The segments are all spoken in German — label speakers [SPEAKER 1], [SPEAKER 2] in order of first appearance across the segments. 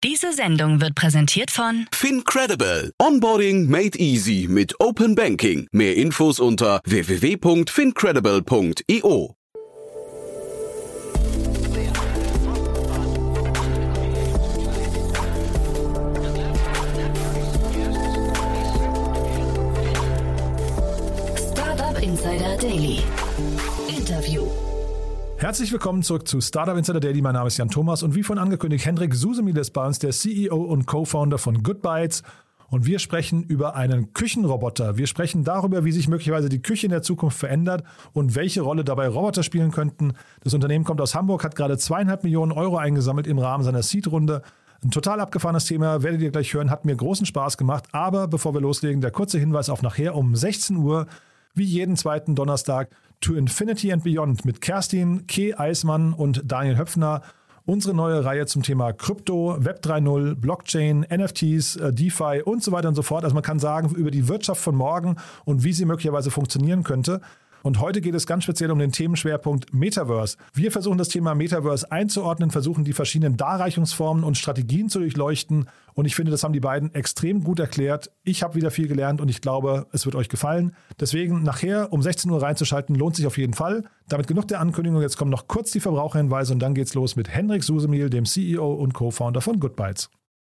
[SPEAKER 1] Diese Sendung wird präsentiert von
[SPEAKER 2] FinCredible. Onboarding made easy mit Open Banking. Mehr Infos unter www.fincredible.io.
[SPEAKER 1] Startup Insider Daily. Interview.
[SPEAKER 3] Herzlich willkommen zurück zu Startup Insider Daily. Mein Name ist Jan Thomas und wie vorhin angekündigt, Hendrik Susemihl ist bei uns, der CEO und Co-Founder von Goodbytes. Und wir sprechen über einen Küchenroboter. Wir sprechen darüber, wie sich möglicherweise die Küche in der Zukunft verändert und welche Rolle dabei Roboter spielen könnten. Das Unternehmen kommt aus Hamburg, hat gerade 2,5 Millionen Euro eingesammelt im Rahmen seiner Seed-Runde. Ein total abgefahrenes Thema, werdet ihr gleich hören, hat mir großen Spaß gemacht. Aber bevor wir loslegen, der kurze Hinweis auf nachher um 16 Uhr, wie jeden zweiten Donnerstag, To Infinity and Beyond mit Kerstin, K. Eismann und Daniel Höpfner. Unsere neue Reihe zum Thema Krypto, Web 3.0, Blockchain, NFTs, DeFi und so weiter und so fort. Also man kann sagen, über die Wirtschaft von morgen und wie sie möglicherweise funktionieren könnte. Und heute geht es ganz speziell um den Themenschwerpunkt Metaverse. Wir versuchen das Thema Metaverse einzuordnen, versuchen die verschiedenen Darreichungsformen und Strategien zu durchleuchten. Und ich finde, das haben die beiden extrem gut erklärt. Ich habe wieder viel gelernt und ich glaube, es wird euch gefallen. Deswegen nachher um 16 Uhr reinzuschalten, lohnt sich auf jeden Fall. Damit genug der Ankündigung. Jetzt kommen noch kurz die Verbraucherhinweise und dann geht's los mit Hendrik Susemihl, dem CEO und Co-Founder von Goodbytes.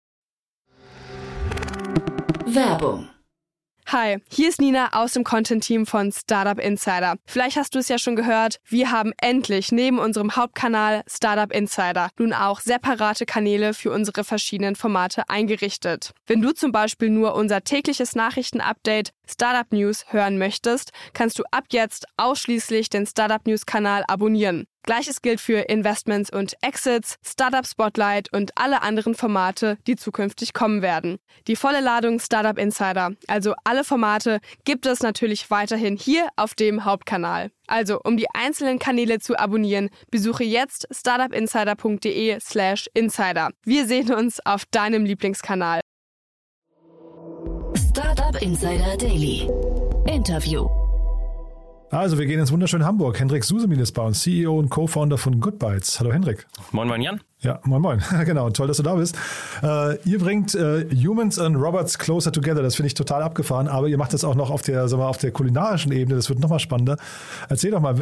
[SPEAKER 1] Werbung.
[SPEAKER 4] Hi, hier ist Nina aus dem Content-Team von Startup Insider. Vielleicht hast du es ja schon gehört, wir haben endlich neben unserem Hauptkanal Startup Insider nun auch separate Kanäle für unsere verschiedenen Formate eingerichtet. Wenn du zum Beispiel nur unser tägliches Nachrichtenupdate Startup News hören möchtest, kannst du ab jetzt ausschließlich den Startup News-Kanal abonnieren. Gleiches gilt für Investments und Exits, Startup Spotlight und alle anderen Formate, die zukünftig kommen werden. Die volle Ladung Startup Insider, also alle Formate, gibt es natürlich weiterhin hier auf dem Hauptkanal. Also, um die einzelnen Kanäle zu abonnieren, besuche jetzt startupinsider.de/insider. Wir sehen uns auf deinem Lieblingskanal.
[SPEAKER 1] Startup Insider Daily. Interview.
[SPEAKER 3] Also, wir gehen ins wunderschöne Hamburg. Hendrik Susemihl ist bei uns, CEO und Co-Founder von Goodbytes. Hallo Hendrik.
[SPEAKER 5] Moin, moin Jan.
[SPEAKER 3] Ja, moin, moin. Genau, toll, dass du da bist. Ihr bringt Humans and Robots closer together. Das finde ich total abgefahren. Aber ihr macht das auch noch auf der, sagen wir, auf der kulinarischen Ebene. Das wird noch mal spannender. Erzähl doch mal,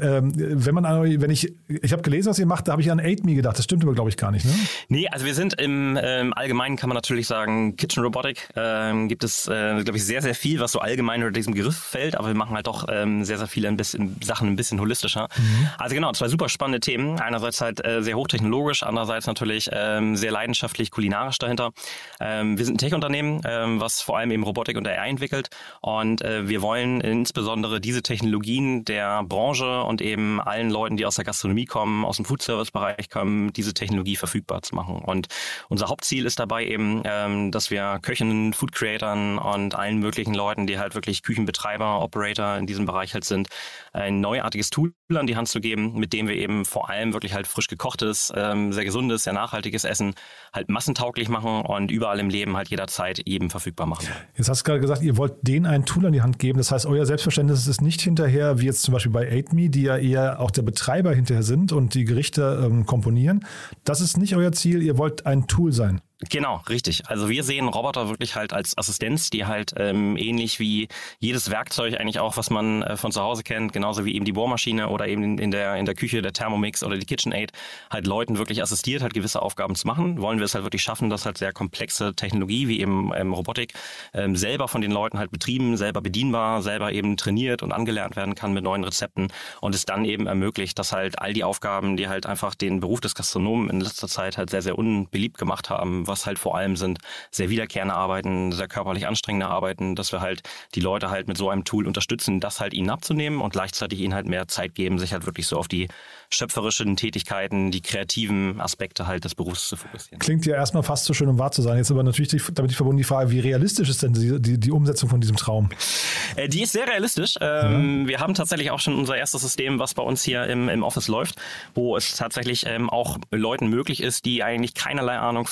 [SPEAKER 3] ich habe gelesen, was ihr macht, da habe ich an Ate Me gedacht. Das stimmt aber, glaube ich, gar nicht, ne?
[SPEAKER 5] Nee, also wir sind im Allgemeinen, kann man natürlich sagen, Kitchen Robotic. Gibt es, glaube ich, sehr, sehr viel, was so allgemein unter diesem Begriff fällt. Aber wir machen halt doch sehr, sehr viele Sachen ein bisschen holistischer. Also genau, zwei super spannende Themen. Einerseits halt sehr hochtechnologisch, andererseits natürlich sehr leidenschaftlich kulinarisch dahinter. Wir sind ein Tech-Unternehmen, was vor allem eben Robotik und AI entwickelt und wir wollen insbesondere diese Technologien der Branche und eben allen Leuten, die aus der Gastronomie kommen, aus dem Food-Service-Bereich kommen, diese Technologie verfügbar zu machen. Und unser Hauptziel ist dabei eben, dass wir Köchinnen, Food-Creatern und allen möglichen Leuten, die halt wirklich Küchenbetreiber, Operator in diesem Bereich halt sind, ein neuartiges Tool an die Hand zu geben, mit dem wir eben vor allem wirklich halt frisch gekochtes, sehr gesundes, sehr nachhaltiges Essen halt massentauglich machen und überall im Leben halt jederzeit eben verfügbar machen.
[SPEAKER 3] Jetzt hast du gerade gesagt, ihr wollt denen ein Tool an die Hand geben. Das heißt, euer Selbstverständnis ist nicht hinterher, wie jetzt zum Beispiel bei Ate Me, die ja eher auch der Betreiber hinterher sind und die Gerichte komponieren. Das ist nicht euer Ziel, ihr wollt ein Tool sein.
[SPEAKER 5] Genau, richtig. Also wir sehen Roboter wirklich halt als Assistenz, die halt ähnlich wie jedes Werkzeug eigentlich auch, was man von zu Hause kennt, genauso wie eben die Bohrmaschine oder eben in der Küche der Thermomix oder die KitchenAid, halt Leuten wirklich assistiert, halt gewisse Aufgaben zu machen. Wollen wir es halt wirklich schaffen, dass halt sehr komplexe Technologie wie eben Robotik selber von den Leuten halt betrieben, selber bedienbar, selber eben trainiert und angelernt werden kann mit neuen Rezepten und es dann eben ermöglicht, dass halt all die Aufgaben, die halt einfach den Beruf des Gastronomen in letzter Zeit halt sehr, sehr unbeliebt gemacht haben, was halt vor allem sind sehr wiederkehrende Arbeiten, sehr körperlich anstrengende Arbeiten, dass wir halt die Leute halt mit so einem Tool unterstützen, das halt ihnen abzunehmen und gleichzeitig ihnen halt mehr Zeit geben, sich halt wirklich so auf die schöpferischen Tätigkeiten, die kreativen Aspekte halt des Berufs zu fokussieren.
[SPEAKER 3] Klingt ja erstmal fast so schön, um wahr zu sein. Jetzt aber natürlich damit verbunden die Frage, wie realistisch ist denn die Umsetzung von diesem Traum?
[SPEAKER 5] Die ist sehr realistisch. Wir haben tatsächlich auch schon unser erstes System, was bei uns hier im Office läuft, wo es tatsächlich auch Leuten möglich ist, die eigentlich keinerlei Ahnung von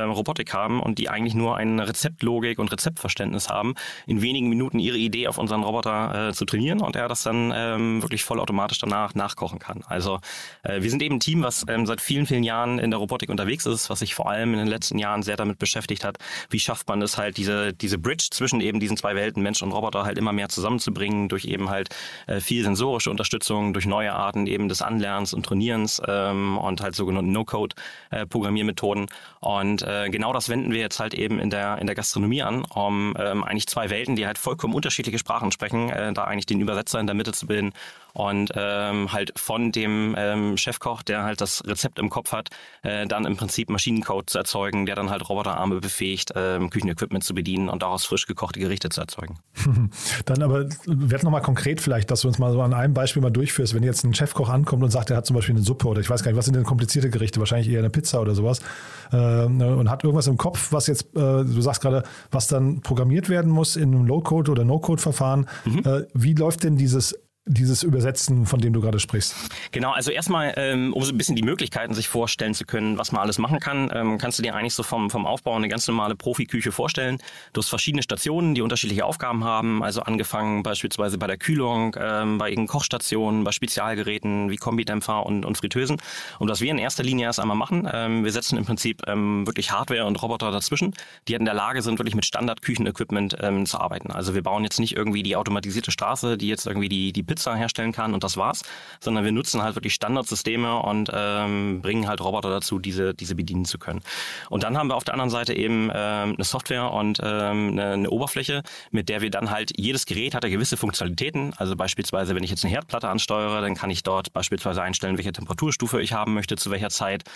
[SPEAKER 5] Robotik haben und die eigentlich nur eine Rezeptlogik und Rezeptverständnis haben, in wenigen Minuten ihre Idee auf unseren Roboter zu trainieren und er das dann wirklich vollautomatisch danach nachkochen kann. Also wir sind eben ein Team, was seit vielen, vielen Jahren in der Robotik unterwegs ist, was sich vor allem in den letzten Jahren sehr damit beschäftigt hat, wie schafft man es halt, diese Bridge zwischen eben diesen zwei Welten, Mensch und Roboter, halt immer mehr zusammenzubringen durch eben halt viel sensorische Unterstützung, durch neue Arten eben des Anlernens und Trainierens und halt sogenannten No-Code-Programmiermethoden. Und genau das wenden wir jetzt halt eben in der Gastronomie an, um eigentlich zwei Welten, die halt vollkommen unterschiedliche Sprachen sprechen, da eigentlich den Übersetzer in der Mitte zu bilden und halt von dem Chefkoch, der halt das Rezept im Kopf hat, dann im Prinzip Maschinencode zu erzeugen, der dann halt Roboterarme befähigt, Küchenequipment zu bedienen und daraus frisch gekochte Gerichte zu erzeugen.
[SPEAKER 3] Dann aber werd nochmal konkret vielleicht, dass du uns mal so an einem Beispiel mal durchführst. Wenn jetzt ein Chefkoch ankommt und sagt, er hat zum Beispiel eine Suppe oder ich weiß gar nicht, was sind denn komplizierte Gerichte, wahrscheinlich eher eine Pizza oder sowas und hat irgendwas im Kopf, was jetzt, du sagst gerade, was dann programmiert werden muss in einem Low-Code oder No-Code-Verfahren. Wie läuft denn dieses Übersetzen, von dem du gerade sprichst?
[SPEAKER 5] Genau, also erstmal, um so ein bisschen die Möglichkeiten sich vorstellen zu können, was man alles machen kann, kannst du dir eigentlich so vom Aufbau eine ganz normale Profiküche vorstellen. Du hast verschiedene Stationen, die unterschiedliche Aufgaben haben, also angefangen beispielsweise bei der Kühlung, bei irgendeinen Kochstationen, bei Spezialgeräten wie Kombidämpfer und Fritteusen. Und was wir in erster Linie erst einmal machen, wir setzen im Prinzip wirklich Hardware und Roboter dazwischen, die halt in der Lage sind, wirklich mit Standard-Küchenequipment zu arbeiten. Also wir bauen jetzt nicht irgendwie die automatisierte Straße, die jetzt irgendwie die Pizza herstellen kann und das war's, sondern wir nutzen halt wirklich Standardsysteme und bringen halt Roboter dazu, diese bedienen zu können. Und dann haben wir auf der anderen Seite eben eine Software und eine Oberfläche, mit der wir dann halt, jedes Gerät hat ja gewisse Funktionalitäten, also beispielsweise, wenn ich jetzt eine Herdplatte ansteuere, dann kann ich dort beispielsweise einstellen, welche Temperaturstufe ich haben möchte, zu welcher Zeit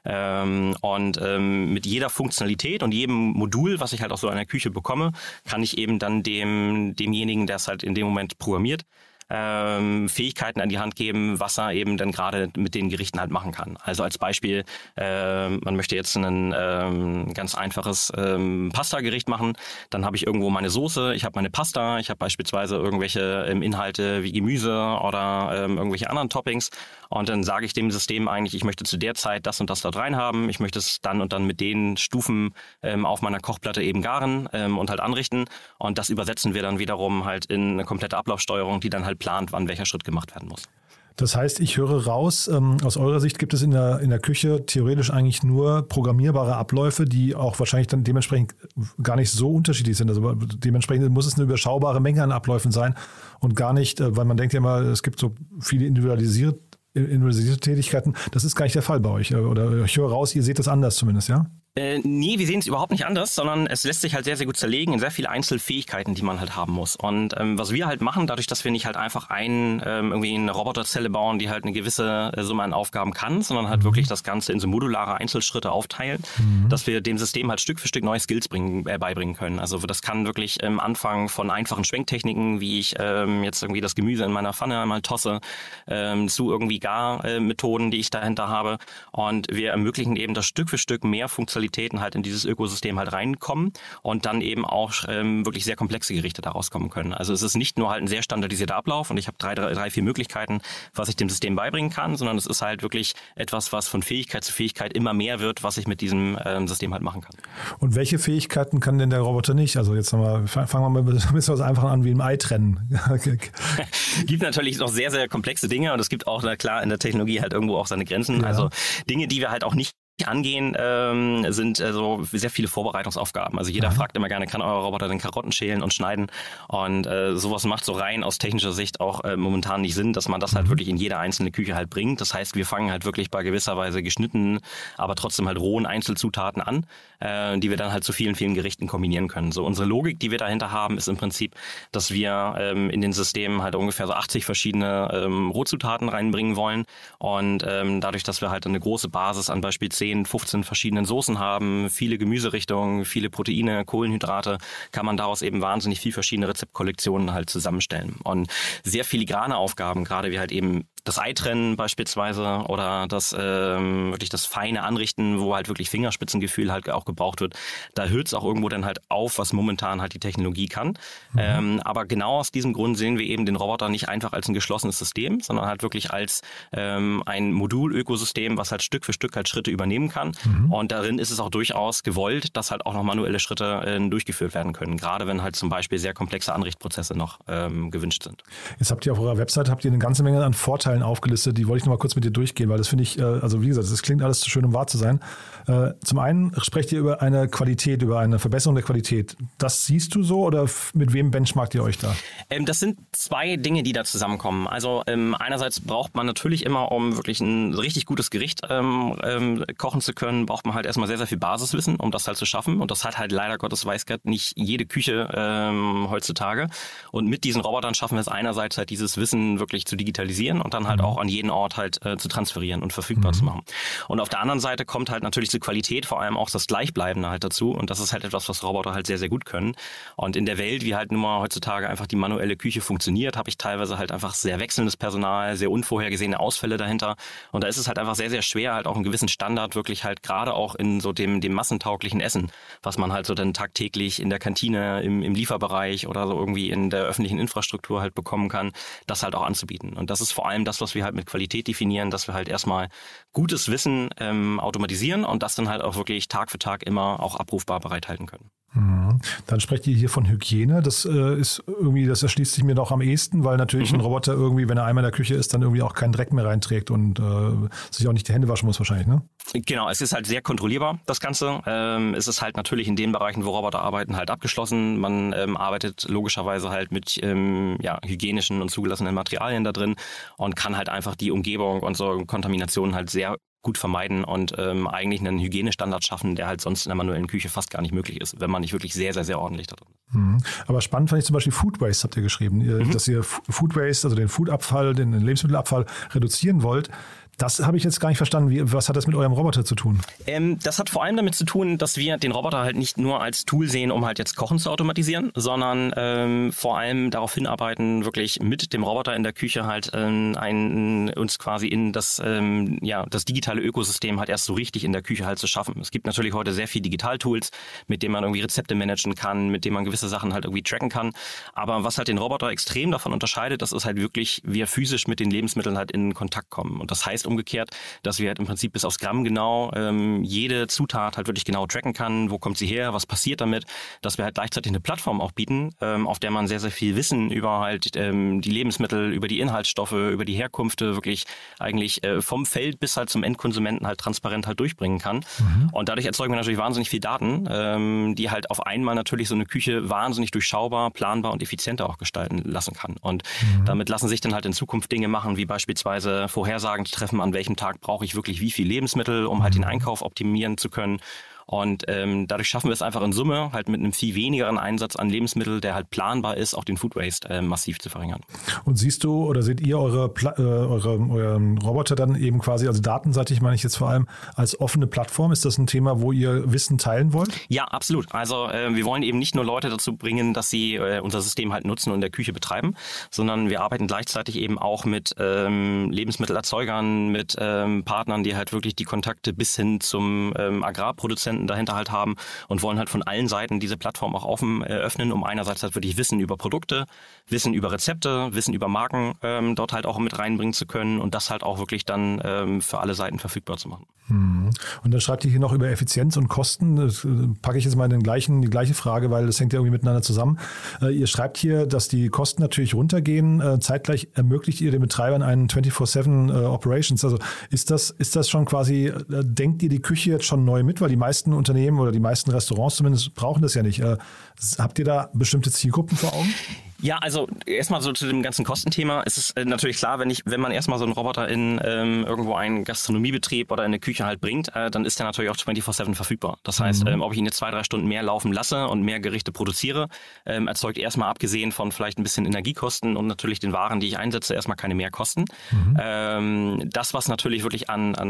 [SPEAKER 5] und mit jeder Funktionalität und jedem Modul, was ich halt aus so einer Küche bekomme, kann ich eben dann demjenigen, der es halt in dem Moment programmiert, Fähigkeiten an die Hand geben, was er eben dann gerade mit den Gerichten halt machen kann. Also als Beispiel, man möchte jetzt ein ganz einfaches Pasta-Gericht machen, dann habe ich irgendwo meine Soße, ich habe meine Pasta, ich habe beispielsweise irgendwelche Inhalte wie Gemüse oder irgendwelche anderen Toppings und dann sage ich dem System eigentlich, ich möchte zu der Zeit das und das dort rein haben, ich möchte es dann und dann mit den Stufen auf meiner Kochplatte eben garen und halt anrichten und das übersetzen wir dann wiederum halt in eine komplette Ablaufsteuerung, die dann halt plant, wann welcher Schritt gemacht werden muss.
[SPEAKER 3] Das heißt, ich höre raus, aus eurer Sicht gibt es in der Küche theoretisch eigentlich nur programmierbare Abläufe, die auch wahrscheinlich dann dementsprechend gar nicht so unterschiedlich sind. Also dementsprechend muss es eine überschaubare Menge an Abläufen sein und gar nicht, weil man denkt ja immer, es gibt so viele individualisierte Tätigkeiten. Das ist gar nicht der Fall bei euch. Oder ich höre raus, ihr seht das anders zumindest, ja?
[SPEAKER 5] Nee, wir sehen es überhaupt nicht anders, sondern es lässt sich halt sehr, sehr gut zerlegen in sehr viele Einzelfähigkeiten, die man halt haben muss. Und was wir halt machen, dadurch, dass wir nicht halt einfach irgendwie eine Roboterzelle bauen, die halt eine gewisse Summe an Aufgaben kann, sondern halt wirklich das Ganze in so modulare Einzelschritte aufteilen, dass wir dem System halt Stück für Stück neue Skills beibringen können. Also das kann wirklich Anfangen von einfachen Schwenktechniken, wie ich jetzt irgendwie das Gemüse in meiner Pfanne einmal tosse, zu irgendwie Garmethoden, die ich dahinter habe. Und wir ermöglichen eben, dass Stück für Stück mehr Funktionalitäten halt in dieses Ökosystem halt reinkommen und dann eben auch wirklich sehr komplexe Gerichte daraus kommen können. Also es ist nicht nur halt ein sehr standardisierter Ablauf und ich habe drei, vier Möglichkeiten, was ich dem System beibringen kann, sondern es ist halt wirklich etwas, was von Fähigkeit zu Fähigkeit immer mehr wird, was ich mit diesem System halt machen kann.
[SPEAKER 3] Und welche Fähigkeiten kann denn der Roboter nicht? Also jetzt fangen wir mal ein bisschen was Einfaches an wie im Ei trennen.
[SPEAKER 5] Gibt natürlich noch sehr, sehr komplexe Dinge und es gibt auch, na klar, in der Technologie halt irgendwo auch seine Grenzen. Ja. Also Dinge, die wir halt auch nicht angehen, sind so sehr viele Vorbereitungsaufgaben. Also jeder fragt immer gerne, kann euer Roboter denn Karotten schälen und schneiden? Und sowas macht so rein aus technischer Sicht auch momentan nicht Sinn, dass man das halt wirklich in jede einzelne Küche halt bringt. Das heißt, wir fangen halt wirklich bei gewisser Weise geschnittenen, aber trotzdem halt rohen Einzelzutaten an, die wir dann halt zu vielen, vielen Gerichten kombinieren können. So unsere Logik, die wir dahinter haben, ist im Prinzip, dass wir in den Systemen halt ungefähr so 80 verschiedene Rohzutaten reinbringen wollen und dadurch, dass wir halt eine große Basis an beispielsweise 15 verschiedenen Soßen haben, viele Gemüserichtungen, viele Proteine, Kohlenhydrate, kann man daraus eben wahnsinnig viel verschiedene Rezeptkollektionen halt zusammenstellen. Und sehr filigrane Aufgaben, gerade wie halt eben das Ei-Trennen beispielsweise oder das wirklich das feine Anrichten, wo halt wirklich Fingerspitzengefühl halt auch gebraucht wird. Da hört es auch irgendwo dann halt auf, was momentan halt die Technologie kann. Aber genau aus diesem Grund sehen wir eben den Roboter nicht einfach als ein geschlossenes System, sondern halt wirklich als ein Modul-Ökosystem, was halt Stück für Stück halt Schritte übernehmen kann. Und darin ist es auch durchaus gewollt, dass halt auch noch manuelle Schritte durchgeführt werden können. Gerade wenn halt zum Beispiel sehr komplexe Anrichtprozesse noch gewünscht sind.
[SPEAKER 3] Jetzt habt ihr auf eurer Website eine ganze Menge an Vorteilen aufgelistet, die wollte ich noch mal kurz mit dir durchgehen, weil das finde ich, also wie gesagt, das klingt alles zu schön, um wahr zu sein. Zum einen sprecht ihr über eine Qualität, über eine Verbesserung der Qualität. Das siehst du so oder mit wem benchmarkt ihr euch da?
[SPEAKER 5] Das sind zwei Dinge, die da zusammenkommen. Also einerseits braucht man natürlich immer, um wirklich ein richtig gutes Gericht kochen zu können, braucht man halt erstmal sehr, sehr viel Basiswissen, um das halt zu schaffen. Und das hat halt leider Gottes weiß Gott nicht jede Küche heutzutage. Und mit diesen Robotern schaffen wir es einerseits halt dieses Wissen wirklich zu digitalisieren und dann halt auch an jeden Ort halt zu transferieren und verfügbar zu machen. Und auf der anderen Seite kommt halt natürlich zur Qualität vor allem auch das Gleichbleibende halt dazu. Und das ist halt etwas, was Roboter halt sehr, sehr gut können. Und in der Welt, wie halt nun mal heutzutage einfach die manuelle Küche funktioniert, habe ich teilweise halt einfach sehr wechselndes Personal, sehr unvorhergesehene Ausfälle dahinter. Und da ist es halt einfach sehr, sehr schwer, halt auch einen gewissen Standard wirklich halt gerade auch in so dem massentauglichen Essen, was man halt so dann tagtäglich in der Kantine, im Lieferbereich oder so irgendwie in der öffentlichen Infrastruktur halt bekommen kann, das halt auch anzubieten. Und das ist vor allem das, was wir halt mit Qualität definieren, dass wir halt erstmal gutes Wissen automatisieren und das dann halt auch wirklich Tag für Tag immer auch abrufbar bereithalten können.
[SPEAKER 3] Dann sprecht ihr hier von Hygiene. Das ist irgendwie, das erschließt sich mir doch am ehesten, weil natürlich ein Roboter irgendwie, wenn er einmal in der Küche ist, dann irgendwie auch keinen Dreck mehr reinträgt und sich auch nicht die Hände waschen muss wahrscheinlich, ne?
[SPEAKER 5] Genau, es ist halt sehr kontrollierbar, das Ganze. Es ist halt natürlich in den Bereichen, wo Roboter arbeiten, halt abgeschlossen. Man arbeitet logischerweise halt mit hygienischen und zugelassenen Materialien da drin und kann halt einfach die Umgebung und so Kontaminationen halt sehr gut vermeiden und eigentlich einen Hygienestandard schaffen, der halt sonst in der manuellen Küche fast gar nicht möglich ist, wenn man nicht wirklich sehr, sehr, sehr ordentlich da drin ist.
[SPEAKER 3] Aber spannend fand ich zum Beispiel Food Waste, habt ihr geschrieben, dass ihr Food Waste, also den Foodabfall, den Lebensmittelabfall reduzieren wollt. Das habe ich jetzt gar nicht verstanden. Was hat das mit eurem Roboter zu tun?
[SPEAKER 5] Das hat vor allem damit zu tun, dass wir den Roboter halt nicht nur als Tool sehen, um halt jetzt Kochen zu automatisieren, sondern vor allem darauf hinarbeiten, wirklich mit dem Roboter in der Küche halt uns quasi in das digitale Ökosystem halt erst so richtig in der Küche halt zu schaffen. Es gibt natürlich heute sehr viele Digital-Tools, mit denen man irgendwie Rezepte managen kann, mit denen man gewisse Sachen halt irgendwie tracken kann. Aber was halt den Roboter extrem davon unterscheidet, das ist halt wirklich, wir physisch mit den Lebensmitteln halt in Kontakt kommen. Und das heißt umgekehrt, dass wir halt im Prinzip bis aufs Gramm genau jede Zutat halt wirklich genau tracken kann, wo kommt sie her, was passiert damit, dass wir halt gleichzeitig eine Plattform auch bieten, auf der man sehr, sehr viel Wissen über halt die Lebensmittel, über die Inhaltsstoffe, über die Herkünfte wirklich eigentlich vom Feld bis halt zum Endkonsumenten halt transparent halt durchbringen kann. Und dadurch erzeugen wir natürlich wahnsinnig viel Daten, die halt auf einmal natürlich so eine Küche wahnsinnig durchschaubar, planbar und effizienter auch gestalten lassen kann. Und damit lassen sich dann halt in Zukunft Dinge machen, wie beispielsweise Vorhersagen zu treffen, an welchem Tag brauche ich wirklich wie viel Lebensmittel, um halt den Einkauf optimieren zu können. Und dadurch schaffen wir es einfach in Summe, halt mit einem viel wenigeren Einsatz an Lebensmitteln, der halt planbar ist, auch den Food Waste massiv zu verringern.
[SPEAKER 3] Und siehst du oder seht ihr euren Roboter dann eben quasi, also datenseitig meine ich jetzt vor allem, als offene Plattform? Ist das ein Thema, wo ihr Wissen teilen wollt?
[SPEAKER 5] Ja, absolut. Also wir wollen eben nicht nur Leute dazu bringen, dass sie unser System halt nutzen und in der Küche betreiben, sondern wir arbeiten gleichzeitig eben auch mit Lebensmittelerzeugern, mit Partnern, die halt wirklich die Kontakte bis hin zum Agrarproduzenten dahinter halt haben und wollen halt von allen Seiten diese Plattform auch offen öffnen, um einerseits halt wirklich Wissen über Produkte, Wissen über Rezepte, Wissen über Marken dort halt auch mit reinbringen zu können und das halt auch wirklich dann für alle Seiten verfügbar zu machen.
[SPEAKER 3] Und dann schreibt ihr hier noch über Effizienz und Kosten. Das packe ich jetzt mal in die gleiche Frage, weil das hängt ja irgendwie miteinander zusammen. Ihr schreibt hier, dass die Kosten natürlich runtergehen. Zeitgleich ermöglicht ihr den Betreibern einen 24/7 Operations. Also ist das schon quasi, denkt ihr die Küche jetzt schon neu mit? Weil die meisten Unternehmen oder die meisten Restaurants zumindest brauchen das ja nicht. Habt ihr da bestimmte Zielgruppen vor Augen?
[SPEAKER 5] Ja, also erstmal so zu dem ganzen Kostenthema. Es ist natürlich klar, wenn man erstmal so einen Roboter in irgendwo einen Gastronomiebetrieb oder in eine Küche halt bringt, dann ist der natürlich auch 24/7 verfügbar. Das heißt, ob ich ihn jetzt 2-3 Stunden mehr laufen lasse und mehr Gerichte produziere, erzeugt erstmal abgesehen von vielleicht ein bisschen Energiekosten und natürlich den Waren, die ich einsetze, erstmal keine Mehrkosten. Das, was natürlich wirklich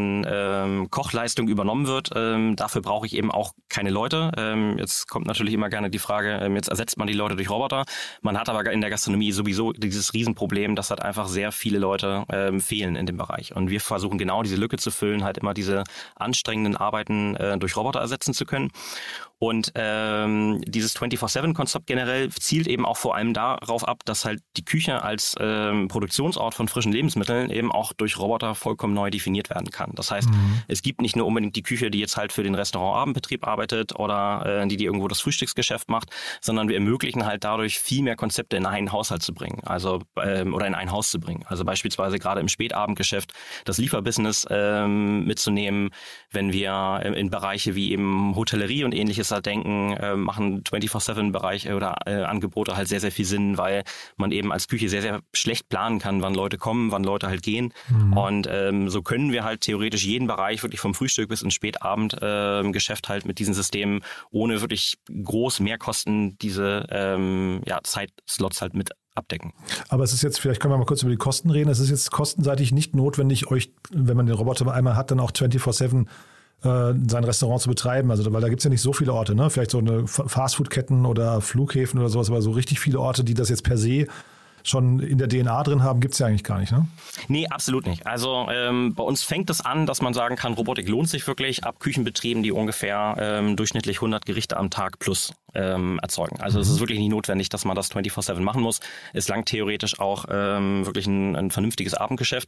[SPEAKER 5] an Kochleistung übernommen wird, dafür brauche ich eben auch keine Leute. Jetzt kommt natürlich immer gerne die Frage, jetzt ersetzt man die Leute durch Roboter. Man hat aber aber in der Gastronomie sowieso dieses Riesenproblem, dass halt einfach sehr viele Leute fehlen in dem Bereich. Und wir versuchen genau diese Lücke zu füllen, halt immer diese anstrengenden Arbeiten durch Roboter ersetzen zu können. Und dieses 24/7-Konzept generell zielt eben auch vor allem darauf ab, dass halt die Küche als Produktionsort von frischen Lebensmitteln eben auch durch Roboter vollkommen neu definiert werden kann. Das heißt, es gibt nicht nur unbedingt die Küche, die jetzt halt für den Restaurant-Abendbetrieb arbeitet oder die irgendwo das Frühstücksgeschäft macht, sondern wir ermöglichen halt dadurch viel mehr Konzepte in einen Haushalt zu bringen, also oder in ein Haus zu bringen. Also beispielsweise gerade im Spätabendgeschäft das Lieferbusiness mitzunehmen, wenn wir in Bereiche wie eben Hotellerie und ähnliches halt denken, machen 24/7-Bereiche oder Angebote halt sehr, sehr viel Sinn, weil man eben als Küche sehr, sehr schlecht planen kann, wann Leute kommen, wann Leute halt gehen. Und so können wir halt theoretisch jeden Bereich wirklich vom Frühstück bis ins Spätabendgeschäft halt mit diesen Systemen ohne wirklich groß Mehrkosten diese Zeitslots halt mit abdecken.
[SPEAKER 3] Aber es ist jetzt, vielleicht können wir mal kurz über die Kosten reden, es ist jetzt kostenseitig nicht notwendig, euch, wenn man den Roboter einmal hat, dann auch 24/7 sein Restaurant zu betreiben. Also, weil da gibt es ja nicht so viele Orte, ne? Vielleicht so eine Fastfood-Ketten oder Flughäfen oder sowas, aber so richtig viele Orte, die das jetzt per se schon in der DNA drin haben, gibt es ja eigentlich gar nicht, ne?
[SPEAKER 5] Nee, absolut nicht. Also bei uns fängt es an, dass man sagen kann, Robotik lohnt sich wirklich ab Küchenbetrieben, die ungefähr durchschnittlich 100 Gerichte am Tag plus erzeugen. Also es ist wirklich nicht notwendig, dass man das 24/7 machen muss. Es langt theoretisch auch wirklich ein vernünftiges Abendgeschäft,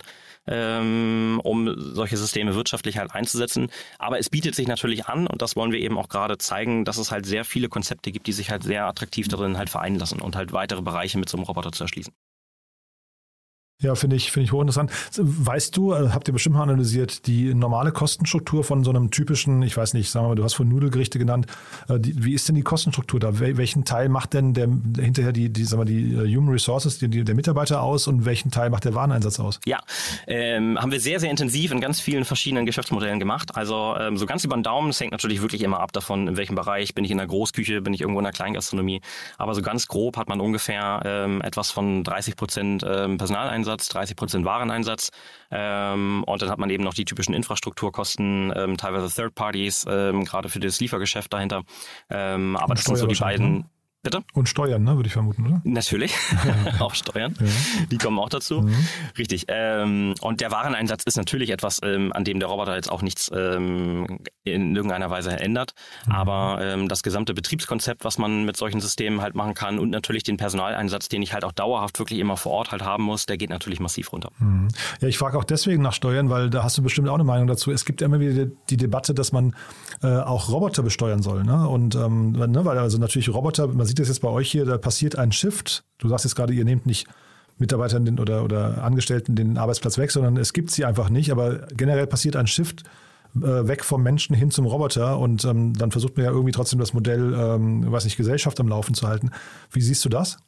[SPEAKER 5] um solche Systeme wirtschaftlich halt einzusetzen. Aber es bietet sich natürlich an, und das wollen wir eben auch gerade zeigen, dass es halt sehr viele Konzepte gibt, die sich halt sehr attraktiv darin halt vereinen lassen und halt weitere Bereiche mit so einem Roboter zu erschließen.
[SPEAKER 3] Ja, finde ich hochinteressant. Weißt du, habt ihr bestimmt mal analysiert, die normale Kostenstruktur von so einem typischen, ich weiß nicht, sagen wir mal, du hast vorhin Nudelgerichte genannt, wie ist denn die Kostenstruktur da? Welchen Teil macht denn hinterher die Human Resources, der Mitarbeiter aus und welchen Teil macht der Wareneinsatz aus?
[SPEAKER 5] Ja, haben wir sehr, sehr intensiv in ganz vielen verschiedenen Geschäftsmodellen gemacht. Also so ganz über den Daumen, es hängt natürlich wirklich immer ab davon, in welchem Bereich, bin ich in der Großküche, bin ich irgendwo in der Kleingastronomie. Aber so ganz grob hat man ungefähr etwas von 30% Personaleinsatz, 30% Wareneinsatz und dann hat man eben noch die typischen Infrastrukturkosten, teilweise Third Parties, gerade für das Liefergeschäft dahinter. Aber das sind so die beiden. Bitte?
[SPEAKER 3] Und Steuern, ne, würde ich vermuten, oder?
[SPEAKER 5] Natürlich, auch Steuern, die kommen auch dazu. Richtig. Und der Wareneinsatz ist natürlich etwas, an dem der Roboter jetzt auch nichts in irgendeiner Weise ändert. Aber das gesamte Betriebskonzept, was man mit solchen Systemen halt machen kann und natürlich den Personaleinsatz, den ich halt auch dauerhaft wirklich immer vor Ort halt haben muss, der geht natürlich massiv runter.
[SPEAKER 3] Ja, ich frage auch deswegen nach Steuern, weil da hast du bestimmt auch eine Meinung dazu. Es gibt ja immer wieder die Debatte, dass man auch Roboter besteuern soll. Ne? Und weil also natürlich Roboter, man sieht das jetzt bei euch hier, da passiert ein Shift. Du sagst jetzt gerade, ihr nehmt nicht Mitarbeitern oder Angestellten den Arbeitsplatz weg, sondern es gibt sie einfach nicht. Aber generell passiert ein Shift weg vom Menschen hin zum Roboter und dann versucht man ja irgendwie trotzdem das Modell, Gesellschaft am Laufen zu halten. Wie siehst du das?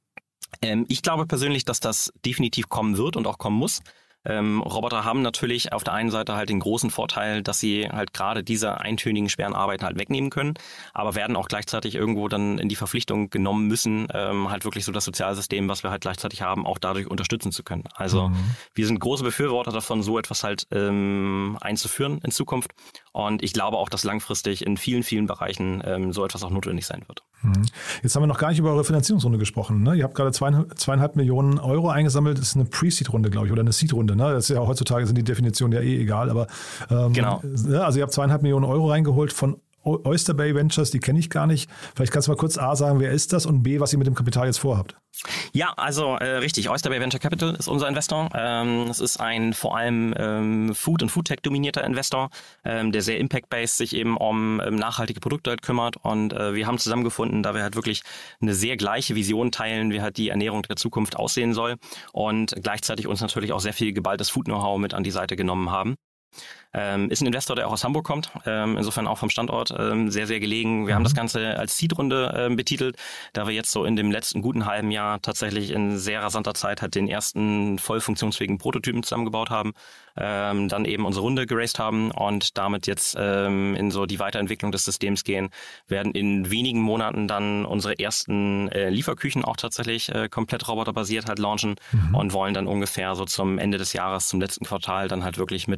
[SPEAKER 5] Ich glaube persönlich, dass das definitiv kommen wird und auch kommen muss. Roboter haben natürlich auf der einen Seite halt den großen Vorteil, dass sie halt gerade diese eintönigen, schweren Arbeiten halt wegnehmen können, aber werden auch gleichzeitig irgendwo dann in die Verpflichtung genommen müssen, halt wirklich so das Sozialsystem, was wir halt gleichzeitig haben, auch dadurch unterstützen zu können. Also wir sind große Befürworter davon, so etwas halt einzuführen in Zukunft und ich glaube auch, dass langfristig in vielen, vielen Bereichen so etwas auch notwendig sein wird.
[SPEAKER 3] Jetzt haben wir noch gar nicht über eure Finanzierungsrunde gesprochen. Ne? Ihr habt gerade 2,5 Millionen Euro eingesammelt. Das ist eine Pre-Seed-Runde, glaube ich, oder eine Seed-Runde. Ne? Das ist ja auch heutzutage sind die Definitionen ja egal. Aber
[SPEAKER 5] genau.
[SPEAKER 3] Also ihr habt 2,5 Millionen Euro reingeholt von Oyster Bay Ventures, die kenne ich gar nicht. Vielleicht kannst du mal kurz A sagen, wer ist das und B, was ihr mit dem Kapital jetzt vorhabt.
[SPEAKER 5] Ja, also richtig. Oyster Bay Venture Capital ist unser Investor. Es ist ein vor allem Food- und Foodtech dominierter Investor, der sehr impact-based sich eben um nachhaltige Produkte halt kümmert. Und wir haben zusammengefunden, da wir halt wirklich eine sehr gleiche Vision teilen, wie halt die Ernährung der Zukunft aussehen soll und gleichzeitig uns natürlich auch sehr viel geballtes Food-Know-how mit an die Seite genommen haben. Ist ein Investor, der auch aus Hamburg kommt, insofern auch vom Standort sehr, sehr gelegen. Wir haben das Ganze als Seed-Runde betitelt, da wir jetzt so in dem letzten guten halben Jahr tatsächlich in sehr rasanter Zeit halt den ersten voll funktionsfähigen Prototypen zusammengebaut haben, dann eben unsere Runde geraced haben und damit jetzt in so die Weiterentwicklung des Systems gehen, werden in wenigen Monaten dann unsere ersten Lieferküchen auch tatsächlich komplett roboterbasiert halt launchen und wollen dann ungefähr so zum Ende des Jahres, zum letzten Quartal dann halt wirklich mit Partner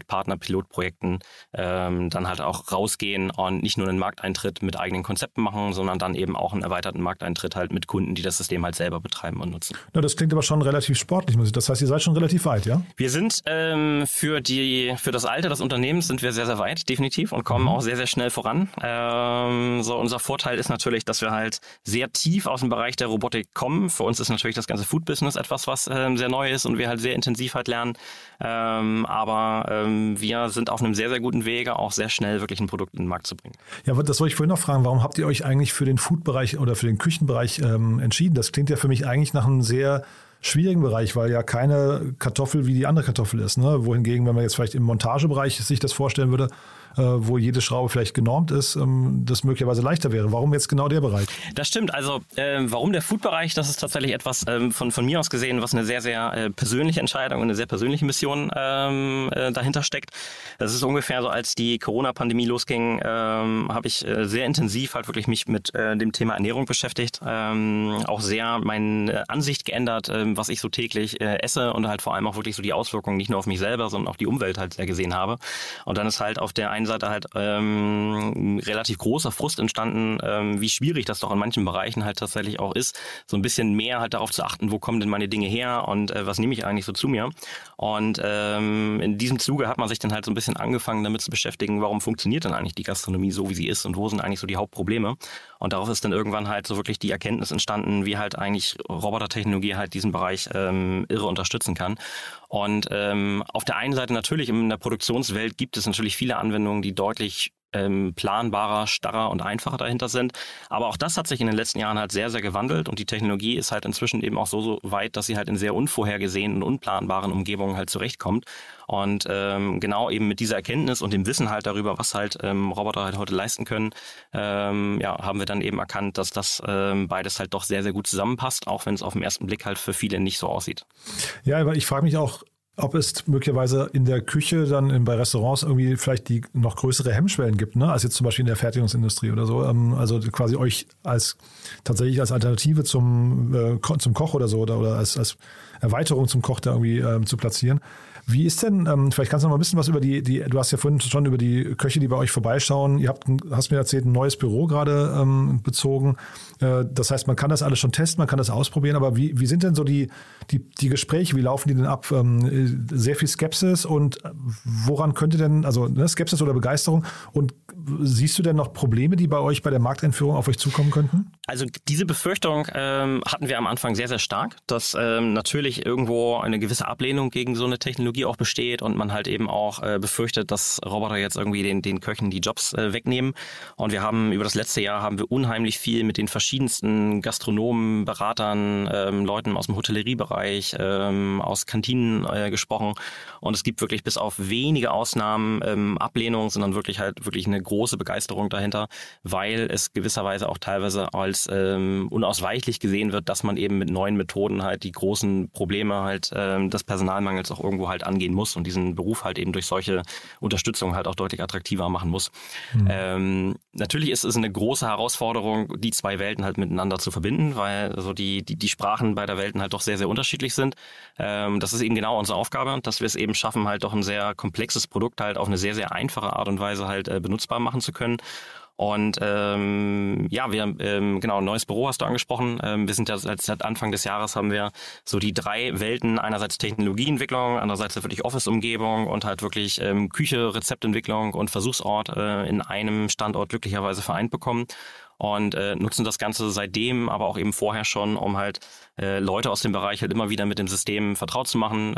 [SPEAKER 5] Pilotprojekten dann halt auch rausgehen und nicht nur einen Markteintritt mit eigenen Konzepten machen, sondern dann eben auch einen erweiterten Markteintritt halt mit Kunden, die das System halt selber betreiben und nutzen.
[SPEAKER 3] Na, das klingt aber schon relativ sportlich. Das heißt, ihr seid schon relativ weit, ja?
[SPEAKER 5] Wir sind für das Alter des Unternehmens sind wir sehr, sehr weit, definitiv, und kommen auch sehr, sehr schnell voran. Unser Vorteil ist natürlich, dass wir halt sehr tief aus dem Bereich der Robotik kommen. Für uns ist natürlich das ganze Food-Business etwas, was sehr neu ist und wir halt sehr intensiv halt lernen. Aber wir sind auf einem sehr, sehr guten Wege, auch sehr schnell wirklich ein Produkt in den Markt zu bringen.
[SPEAKER 3] Ja, das wollte ich vorhin noch fragen. Warum habt ihr euch eigentlich für den Food-Bereich oder für den Küchenbereich entschieden? Das klingt ja für mich eigentlich nach einem sehr schwierigen Bereich, weil ja keine Kartoffel wie die andere Kartoffel ist. Ne? Wohingegen, wenn man jetzt vielleicht im Montagebereich sich das vorstellen würde, wo jede Schraube vielleicht genormt ist, das möglicherweise leichter wäre. Warum jetzt genau der Bereich?
[SPEAKER 5] Das stimmt. Also warum der Food-Bereich, das ist tatsächlich etwas von mir aus gesehen, was eine sehr, sehr persönliche Entscheidung und eine sehr persönliche Mission dahinter steckt. Das ist ungefähr so, als die Corona-Pandemie losging, habe ich sehr intensiv halt wirklich mich mit dem Thema Ernährung beschäftigt. Auch sehr meine Ansicht geändert, was ich so täglich esse und halt vor allem auch wirklich so die Auswirkungen nicht nur auf mich selber, sondern auch die Umwelt halt sehr gesehen habe. Und dann ist halt auf der einen Seite halt relativ großer Frust entstanden, wie schwierig das doch in manchen Bereichen halt tatsächlich auch ist, so ein bisschen mehr halt darauf zu achten, wo kommen denn meine Dinge her und was nehme ich eigentlich so zu mir. Und in diesem Zuge hat man sich dann halt so ein bisschen angefangen damit zu beschäftigen, warum funktioniert denn eigentlich die Gastronomie so, wie sie ist und wo sind eigentlich so die Hauptprobleme. Und darauf ist dann irgendwann halt so wirklich die Erkenntnis entstanden, wie halt eigentlich Robotertechnologie halt diesen Bereich irre unterstützen kann. Und auf der einen Seite natürlich in der Produktionswelt gibt es natürlich viele Anwendungen, die deutlich planbarer, starrer und einfacher dahinter sind. Aber auch das hat sich in den letzten Jahren halt sehr, sehr gewandelt und die Technologie ist halt inzwischen eben auch so weit, dass sie halt in sehr unvorhergesehenen und unplanbaren Umgebungen halt zurechtkommt. Und genau eben mit dieser Erkenntnis und dem Wissen halt darüber, was halt Roboter halt heute leisten können, haben wir dann eben erkannt, dass das beides halt doch sehr, sehr gut zusammenpasst, auch wenn es auf den ersten Blick halt für viele nicht so aussieht.
[SPEAKER 3] Ja, aber ich frage mich auch, ob es möglicherweise in der Küche dann bei Restaurants irgendwie vielleicht die noch größere Hemmschwellen gibt, ne, als jetzt zum Beispiel in der Fertigungsindustrie oder so. Also quasi euch tatsächlich als Alternative zum Koch oder so oder als Erweiterung zum Koch da irgendwie zu platzieren. Wie ist denn, vielleicht kannst du noch mal ein bisschen was über du hast ja vorhin schon über die Köche, die bei euch vorbeischauen, hast mir erzählt, ein neues Büro gerade bezogen. Das heißt, man kann das alles schon testen, man kann das ausprobieren, aber wie sind denn so die Gespräche, wie laufen die denn ab? Sehr viel Skepsis und woran könnte denn, also Skepsis oder Begeisterung, und siehst du denn noch Probleme, die bei euch bei der Markteinführung auf euch zukommen könnten?
[SPEAKER 5] Also diese Befürchtung hatten wir am Anfang sehr, sehr stark, dass natürlich irgendwo eine gewisse Ablehnung gegen so eine Technologie auch besteht und man halt eben auch befürchtet, dass Roboter jetzt irgendwie den Köchen die Jobs wegnehmen. Und wir haben über das letzte Jahr unheimlich viel mit den verschiedensten Gastronomen, Beratern, Leuten aus dem Hotelleriebereich, aus Kantinen gesprochen. Und es gibt wirklich bis auf wenige Ausnahmen Ablehnung, sondern wirklich eine große Begeisterung dahinter, weil es gewisserweise auch teilweise als unausweichlich gesehen wird, dass man eben mit neuen Methoden halt die großen Probleme halt des Personalmangels auch irgendwo halt angehen muss und diesen Beruf halt eben durch solche Unterstützung halt auch deutlich attraktiver machen muss. Natürlich ist es eine große Herausforderung, die zwei Welten halt miteinander zu verbinden, weil also die Sprachen beider Welten halt doch sehr, sehr unterschiedlich sind. Das ist eben genau unsere Aufgabe, dass wir es eben schaffen, halt doch ein sehr komplexes Produkt halt auf eine sehr, sehr einfache Art und Weise halt benutzbar machen zu können. Und ein neues Büro hast du angesprochen. Wir sind ja seit Anfang des Jahres haben wir so die drei Welten, einerseits Technologieentwicklung, andererseits wirklich Office-Umgebung und halt wirklich Küche, Rezeptentwicklung und Versuchsort in einem Standort glücklicherweise vereint bekommen. Und nutzen das Ganze seitdem, aber auch eben vorher schon, um halt Leute aus dem Bereich halt immer wieder mit dem System vertraut zu machen,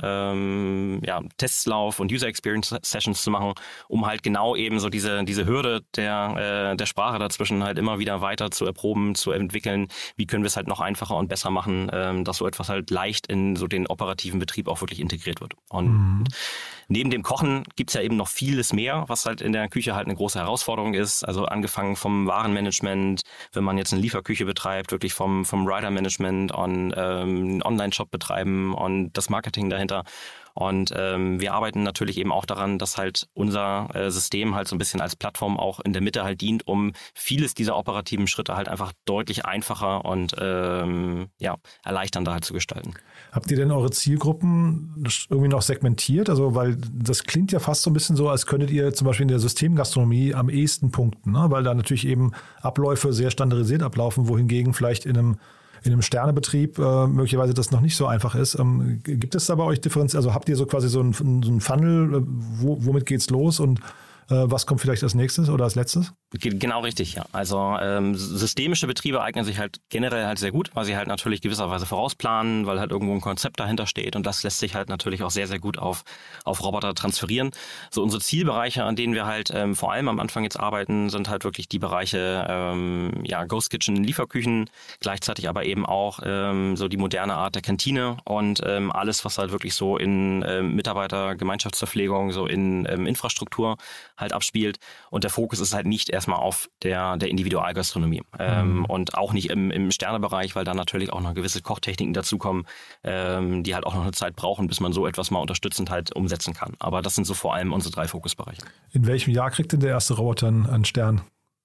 [SPEAKER 5] Testlauf und User Experience Sessions zu machen, um halt genau eben so diese Hürde der Sprache dazwischen halt immer wieder weiter zu erproben, zu entwickeln. Wie können wir es halt noch einfacher und besser machen, dass so etwas halt leicht in so den operativen Betrieb auch wirklich integriert wird. Und neben dem Kochen gibt's ja eben noch vieles mehr, was halt in der Küche halt eine große Herausforderung ist. Also angefangen vom Warenmanagement, wenn man jetzt eine Lieferküche betreibt, wirklich vom Rider-Management und einen Online-Shop betreiben und das Marketing dahinter. Und wir arbeiten natürlich eben auch daran, dass halt unser System halt so ein bisschen als Plattform auch in der Mitte halt dient, um vieles dieser operativen Schritte halt einfach deutlich einfacher und erleichternder halt zu gestalten.
[SPEAKER 3] Habt ihr denn eure Zielgruppen irgendwie noch segmentiert? Also, weil das klingt ja fast so ein bisschen so, als könntet ihr zum Beispiel in der Systemgastronomie am ehesten punkten, ne? Weil da natürlich eben Abläufe sehr standardisiert ablaufen, wohingegen vielleicht in einem Sternebetrieb möglicherweise das noch nicht so einfach ist. Gibt es da bei euch Differenzen? Also habt ihr so quasi so einen Funnel, womit geht's los und was kommt vielleicht als nächstes oder als letztes?
[SPEAKER 5] Genau richtig, ja. Also systemische Betriebe eignen sich halt generell halt sehr gut, weil sie halt natürlich gewisserweise vorausplanen, weil halt irgendwo ein Konzept dahinter steht und das lässt sich halt natürlich auch sehr, sehr gut auf Roboter transferieren. So unsere Zielbereiche, an denen wir halt vor allem am Anfang jetzt arbeiten, sind halt wirklich die Bereiche Ghost Kitchen, Lieferküchen, gleichzeitig aber eben auch so die moderne Art der Kantine und alles, was halt wirklich so in Mitarbeiter-Gemeinschaftsverpflegung, so in Infrastruktur halt abspielt. Und der Fokus ist halt nicht erstmal auf der Individualgastronomie und auch nicht im Sternebereich, weil da natürlich auch noch gewisse Kochtechniken dazukommen, die halt auch noch eine Zeit brauchen, bis man so etwas mal unterstützend halt umsetzen kann. Aber das sind so vor allem unsere 3 Fokusbereiche.
[SPEAKER 3] In welchem Jahr kriegt denn der erste Roboter einen Stern?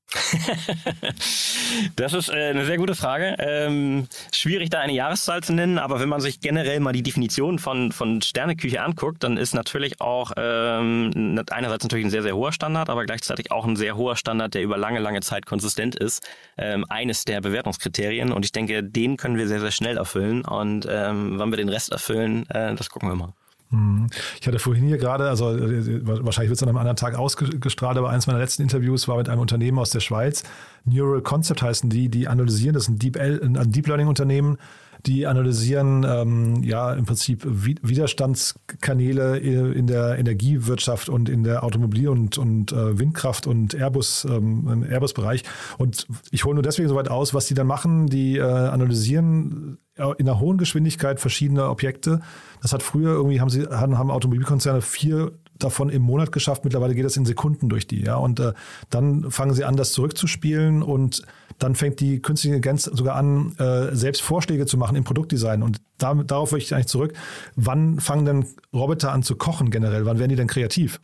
[SPEAKER 5] Das ist eine sehr gute Frage. Schwierig, da eine Jahreszahl zu nennen, aber wenn man sich generell mal die Definition von Sterneküche anguckt, dann ist natürlich auch einerseits natürlich ein sehr, sehr hoher Standard, aber gleichzeitig auch ein sehr hoher Standard, der über lange, lange Zeit konsistent ist, eines der Bewertungskriterien. Und ich denke, den können wir sehr, sehr schnell erfüllen. Und wann wir den Rest erfüllen, das gucken wir mal.
[SPEAKER 3] Ich hatte vorhin hier gerade, also wahrscheinlich wird es an einem anderen Tag ausgestrahlt, aber eines meiner letzten Interviews war mit einem Unternehmen aus der Schweiz. Neural Concept heißen die analysieren, das ist ein Deep Learning Unternehmen, die analysieren im Prinzip Widerstandskanäle in der Energiewirtschaft und in der Automobil- und Windkraft und im Airbus-Bereich. Und ich hole nur deswegen so weit aus, was die dann machen. Die analysieren in einer hohen Geschwindigkeit verschiedene Objekte. Das hat früher irgendwie, haben Automobilkonzerne 4 davon im Monat geschafft. Mittlerweile geht das in Sekunden durch die. Ja? Und dann fangen sie an, das zurückzuspielen und dann fängt die künstliche Intelligenz sogar an, selbst Vorschläge zu machen im Produktdesign. Und darauf möchte ich eigentlich zurück. Wann fangen denn Roboter an zu kochen generell? Wann werden die denn kreativ?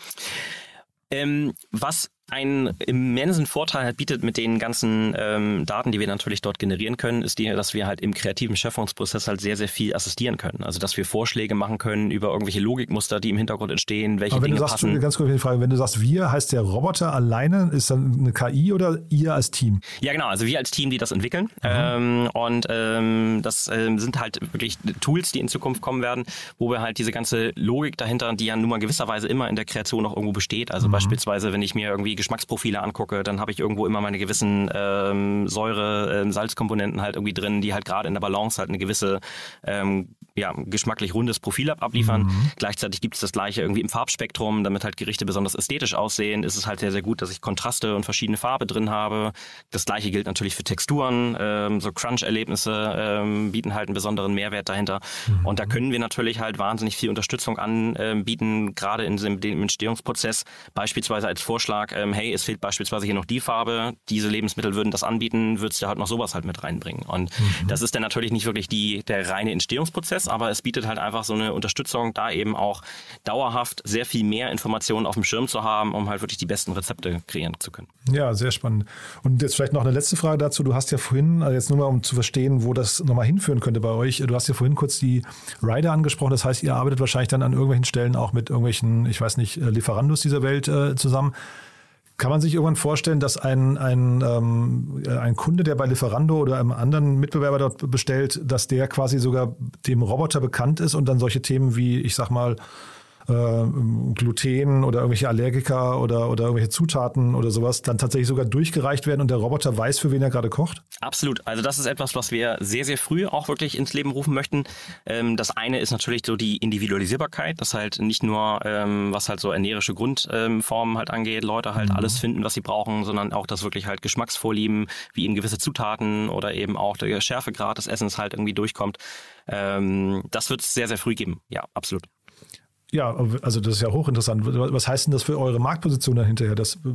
[SPEAKER 5] Was einen immensen Vorteil halt bietet mit den ganzen Daten, die wir natürlich dort generieren können, ist dass wir halt im kreativen Schöpfungsprozess halt sehr, sehr viel assistieren können. Also dass wir Vorschläge machen können über irgendwelche Logikmuster, die im Hintergrund entstehen, welche Dinge passen.
[SPEAKER 3] Ganz kurz die Frage, wenn du sagst wir, heißt der Roboter alleine, ist dann eine KI oder ihr als Team?
[SPEAKER 5] Ja genau, also wir als Team, die das entwickeln. Das sind halt wirklich Tools, die in Zukunft kommen werden, wo wir halt diese ganze Logik dahinter, die ja nun mal gewisserweise immer in der Kreation auch irgendwo besteht. Also beispielsweise, wenn ich mir irgendwie Geschmacksprofile angucke, dann habe ich irgendwo immer meine gewissen Säure-Salzkomponenten halt irgendwie drin, die halt gerade in der Balance halt eine gewisse geschmacklich rundes Profil abliefern. Gleichzeitig gibt es das Gleiche irgendwie im Farbspektrum, damit halt Gerichte besonders ästhetisch aussehen, ist es halt sehr, sehr gut, dass ich Kontraste und verschiedene Farbe drin habe. Das Gleiche gilt natürlich für Texturen, so Crunch-Erlebnisse bieten halt einen besonderen Mehrwert dahinter. Und da können wir natürlich halt wahnsinnig viel Unterstützung anbieten, gerade in dem Entstehungsprozess, beispielsweise als Vorschlag, hey, es fehlt beispielsweise hier noch die Farbe, diese Lebensmittel würden das anbieten, würdest du halt noch sowas halt mit reinbringen. Und das ist dann natürlich nicht wirklich der reine Entstehungsprozess, aber es bietet halt einfach so eine Unterstützung, da eben auch dauerhaft sehr viel mehr Informationen auf dem Schirm zu haben, um halt wirklich die besten Rezepte kreieren zu können.
[SPEAKER 3] Ja, sehr spannend. Und jetzt vielleicht noch eine letzte Frage dazu. Du hast ja vorhin, also jetzt nur mal um zu verstehen, wo das nochmal hinführen könnte bei euch, du hast ja vorhin kurz die Rider angesprochen, das heißt, ihr arbeitet wahrscheinlich dann an irgendwelchen Stellen auch mit irgendwelchen, ich weiß nicht, Lieferandos dieser Welt zusammen. Kann man sich irgendwann vorstellen, dass ein Kunde, der bei Lieferando oder einem anderen Mitbewerber dort bestellt, dass der quasi sogar dem Roboter bekannt ist und dann solche Themen wie, ich sag mal, Gluten oder irgendwelche Allergiker oder irgendwelche Zutaten oder sowas dann tatsächlich sogar durchgereicht werden und der Roboter weiß, für wen er gerade kocht?
[SPEAKER 5] Absolut. Also das ist etwas, was wir sehr, sehr früh auch wirklich ins Leben rufen möchten. Das eine ist natürlich so die Individualisierbarkeit, dass halt nicht nur, was halt so ernährische Grundformen halt angeht, Leute halt alles finden, was sie brauchen, sondern auch, dass wirklich halt Geschmacksvorlieben, wie eben gewisse Zutaten oder eben auch der Schärfegrad des Essens halt irgendwie durchkommt. Das wird es sehr, sehr früh geben. Ja, absolut.
[SPEAKER 3] Ja, also das ist ja hochinteressant. Was heißt denn das für eure Marktposition dann hinterher?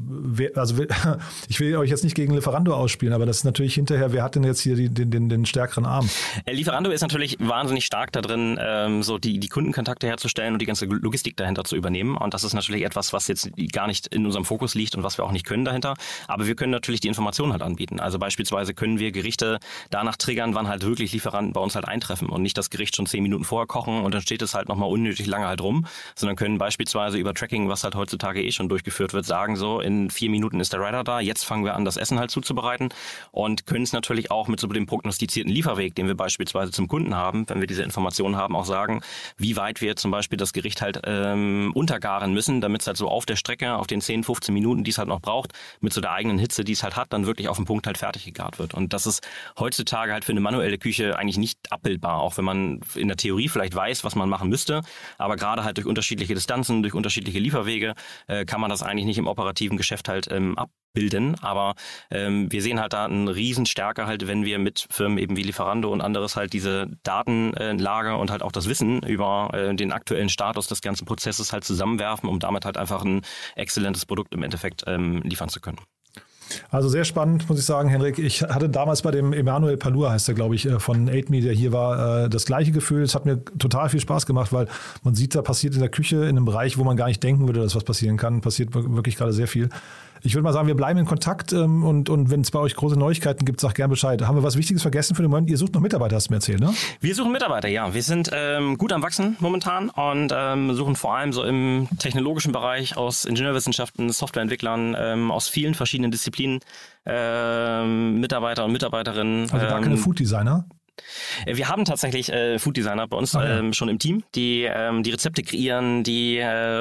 [SPEAKER 3] Ich will euch jetzt nicht gegen Lieferando ausspielen, aber das ist natürlich hinterher, wer hat denn jetzt hier den stärkeren Arm?
[SPEAKER 5] Lieferando ist natürlich wahnsinnig stark da drin, so die Kundenkontakte herzustellen und die ganze Logistik dahinter zu übernehmen. Und das ist natürlich etwas, was jetzt gar nicht in unserem Fokus liegt und was wir auch nicht können dahinter. Aber wir können natürlich die Informationen halt anbieten. Also beispielsweise können wir Gerichte danach triggern, wann halt wirklich Lieferanten bei uns halt eintreffen und nicht das Gericht schon 10 Minuten vorher kochen und dann steht es halt nochmal unnötig lange halt rum, sondern können beispielsweise über Tracking, was halt heutzutage schon durchgeführt wird, sagen so, in 4 Minuten ist der Rider da, jetzt fangen wir an, das Essen halt zuzubereiten und können es natürlich auch mit so dem prognostizierten Lieferweg, den wir beispielsweise zum Kunden haben, wenn wir diese Informationen haben, auch sagen, wie weit wir zum Beispiel das Gericht halt untergaren müssen, damit es halt so auf der Strecke, auf den 10, 15 Minuten, die es halt noch braucht, mit so der eigenen Hitze, die es halt hat, dann wirklich auf den Punkt halt fertig gegart wird. Und das ist heutzutage halt für eine manuelle Küche eigentlich nicht abbildbar, auch wenn man in der Theorie vielleicht weiß, was man machen müsste, aber gerade halt durch unterschiedliche Distanzen, durch unterschiedliche Lieferwege kann man das eigentlich nicht im operativen Geschäft halt abbilden, aber wir sehen halt da eine Riesenstärke halt, wenn wir mit Firmen eben wie Lieferando und anderes halt diese Datenlage und halt auch das Wissen über den aktuellen Status des ganzen Prozesses halt zusammenwerfen, um damit halt einfach ein exzellentes Produkt im Endeffekt liefern zu können.
[SPEAKER 3] Also sehr spannend, muss ich sagen, Henrik. Ich hatte damals bei dem Emanuel Palur, heißt er, glaube ich, von 8Me, der hier war, das gleiche Gefühl. Es hat mir total viel Spaß gemacht, weil man sieht, da passiert in der Küche, in einem Bereich, wo man gar nicht denken würde, dass was passieren kann, passiert wirklich gerade sehr viel. Ich würde mal sagen, wir bleiben in Kontakt und wenn es bei euch große Neuigkeiten gibt, sag gerne Bescheid. Haben wir was Wichtiges vergessen für den Moment? Ihr sucht noch Mitarbeiter, hast du mir erzählt, ne? Wir
[SPEAKER 5] suchen Mitarbeiter, ja. Wir sind gut am Wachsen momentan und suchen vor allem so im technologischen Bereich aus Ingenieurwissenschaften, Softwareentwicklern, aus vielen verschiedenen Disziplinen Mitarbeiter und Mitarbeiterinnen.
[SPEAKER 3] Also gar keine Food-Designer?
[SPEAKER 5] Wir haben tatsächlich Food Designer bei uns schon im Team, die Rezepte kreieren, die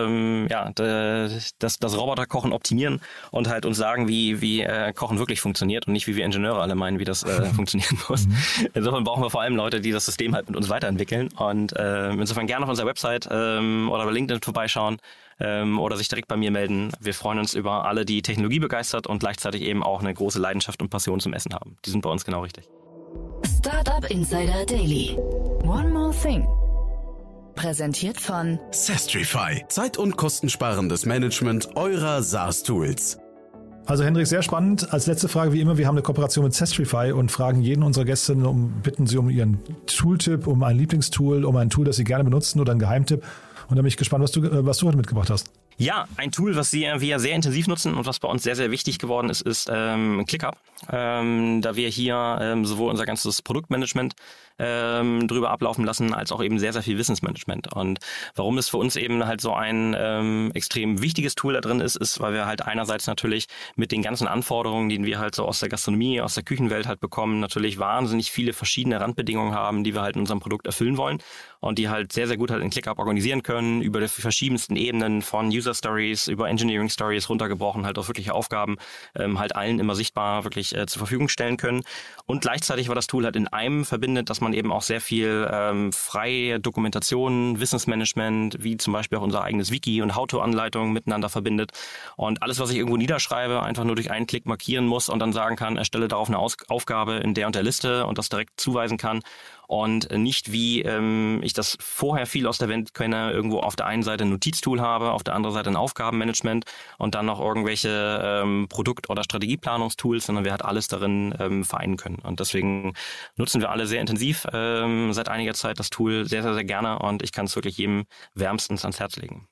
[SPEAKER 5] das Roboterkochen optimieren und halt uns sagen, wie Kochen wirklich funktioniert und nicht, wie wir Ingenieure alle meinen, wie das funktionieren muss. Insofern brauchen wir vor allem Leute, die das System halt mit uns weiterentwickeln und insofern gerne auf unserer Website oder bei LinkedIn vorbeischauen oder sich direkt bei mir melden. Wir freuen uns über alle, die Technologie begeistert und gleichzeitig eben auch eine große Leidenschaft und Passion zum Essen haben. Die sind bei uns genau richtig.
[SPEAKER 1] Startup Insider Daily. One more thing. Präsentiert von
[SPEAKER 2] Sastrify. Zeit- und kostensparendes Management eurer SaaS-Tools.
[SPEAKER 3] Also Hendrik, sehr spannend. Als letzte Frage wie immer, wir haben eine Kooperation mit Sastrify und fragen jeden unserer Gäste, bitten sie um ihren Tooltip, um ein Lieblingstool, um ein Tool, das sie gerne benutzen oder einen Geheimtipp. Und da bin ich gespannt, was du heute mitgebracht hast.
[SPEAKER 5] Ja, ein Tool, was wir sehr intensiv nutzen und was bei uns sehr, sehr wichtig geworden ist ClickUp. Da wir hier sowohl unser ganzes Produktmanagement drüber ablaufen lassen, als auch eben sehr, sehr viel Wissensmanagement. Und warum es für uns eben halt so ein extrem wichtiges Tool da drin ist, weil wir halt einerseits natürlich mit den ganzen Anforderungen, die wir halt so aus der Gastronomie, aus der Küchenwelt halt bekommen, natürlich wahnsinnig viele verschiedene Randbedingungen haben, die wir halt in unserem Produkt erfüllen wollen und die halt sehr, sehr gut halt in ClickUp organisieren können, über die verschiedensten Ebenen von User Stories, über Engineering Stories runtergebrochen, halt auf wirkliche Aufgaben, halt allen immer sichtbar wirklich zur Verfügung stellen können. Und gleichzeitig war das Tool halt in einem verbindet, dass man eben auch sehr viel freie Dokumentation, Wissensmanagement, wie zum Beispiel auch unser eigenes Wiki und How-to-Anleitungen miteinander verbindet. Und alles, was ich irgendwo niederschreibe, einfach nur durch einen Klick markieren muss und dann sagen kann, erstelle darauf eine Aufgabe in der und der Liste und das direkt zuweisen kann. Und nicht wie ich das vorher viel aus der Welt kenne, irgendwo auf der einen Seite ein Notiztool habe, auf der anderen Seite ein Aufgabenmanagement und dann noch irgendwelche Produkt- oder Strategieplanungstools, sondern wir halt alles darin vereinen können. Und deswegen nutzen wir alle sehr intensiv seit einiger Zeit das Tool sehr, sehr, sehr gerne und ich kann es wirklich jedem wärmstens ans Herz legen.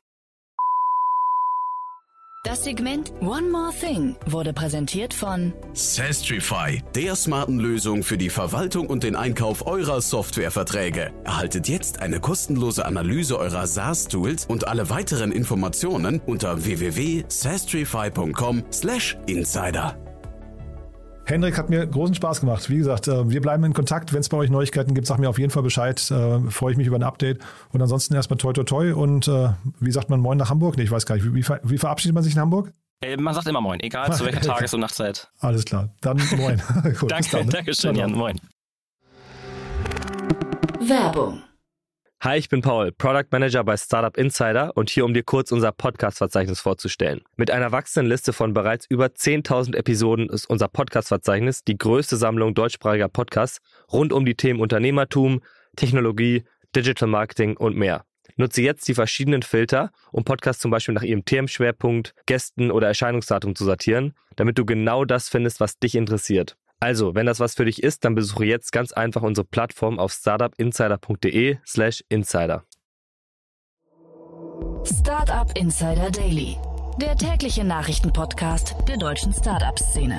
[SPEAKER 1] Das Segment One More Thing wurde präsentiert von
[SPEAKER 2] Sastrify, der smarten Lösung für die Verwaltung und den Einkauf eurer Softwareverträge. Erhaltet jetzt eine kostenlose Analyse eurer SaaS-Tools und alle weiteren Informationen unter www.sastrify.com/insider.
[SPEAKER 3] Hendrik, hat mir großen Spaß gemacht. Wie gesagt, wir bleiben in Kontakt. Wenn es bei euch Neuigkeiten gibt, sag mir auf jeden Fall Bescheid. Freue ich mich über ein Update. Und ansonsten erstmal toi toi toi. Und wie sagt man Moin nach Hamburg? Nee, ich weiß gar nicht. Wie verabschiedet man sich in Hamburg?
[SPEAKER 5] Man sagt immer Moin, egal zu welcher Tages- und Nachtzeit.
[SPEAKER 3] Alles klar. Dann Moin. Gut,
[SPEAKER 5] Danke schön, Jan. Moin.
[SPEAKER 1] Werbung.
[SPEAKER 6] Hi, ich bin Paul, Product Manager bei Startup Insider und hier, um dir kurz unser Podcast-Verzeichnis vorzustellen. Mit einer wachsenden Liste von bereits über 10.000 Episoden ist unser Podcast-Verzeichnis die größte Sammlung deutschsprachiger Podcasts rund um die Themen Unternehmertum, Technologie, Digital Marketing und mehr. Nutze jetzt die verschiedenen Filter, um Podcasts zum Beispiel nach ihrem Themenschwerpunkt, Gästen oder Erscheinungsdatum zu sortieren, damit du genau das findest, was dich interessiert. Also, wenn das was für dich ist, dann besuche jetzt ganz einfach unsere Plattform auf startupinsider.de/insider.
[SPEAKER 1] Startup Insider Daily, der tägliche Nachrichtenpodcast der deutschen Startup-Szene.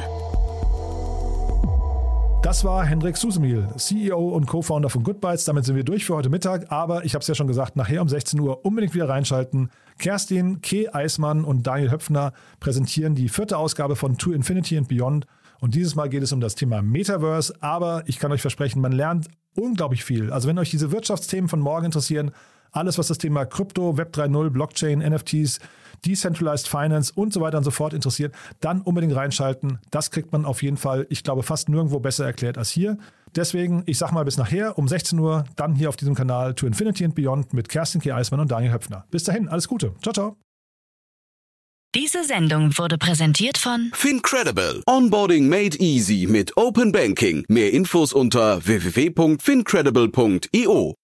[SPEAKER 3] Das war Hendrik Susemihl, CEO und Co-Founder von Goodbytes. Damit sind wir durch für heute Mittag. Aber ich habe es ja schon gesagt, nachher um 16 Uhr unbedingt wieder reinschalten. Kerstin, K. Eismann und Daniel Höpfner präsentieren die 4. Ausgabe von To Infinity and Beyond. Und dieses Mal geht es um das Thema Metaverse. Aber ich kann euch versprechen, man lernt unglaublich viel. Also wenn euch diese Wirtschaftsthemen von morgen interessieren, alles, was das Thema Krypto, Web 3.0, Blockchain, NFTs, Decentralized Finance und so weiter und so fort interessiert, dann unbedingt reinschalten. Das kriegt man auf jeden Fall, ich glaube, fast nirgendwo besser erklärt als hier. Deswegen, ich sag mal bis nachher um 16 Uhr, dann hier auf diesem Kanal To Infinity and Beyond mit Kerstin K. Eismann und Daniel Höpfner. Bis dahin, alles Gute. Ciao, ciao.
[SPEAKER 1] Diese Sendung wurde präsentiert von
[SPEAKER 2] Fincredible. Onboarding made easy mit Open Banking. Mehr Infos unter www.fincredible.io.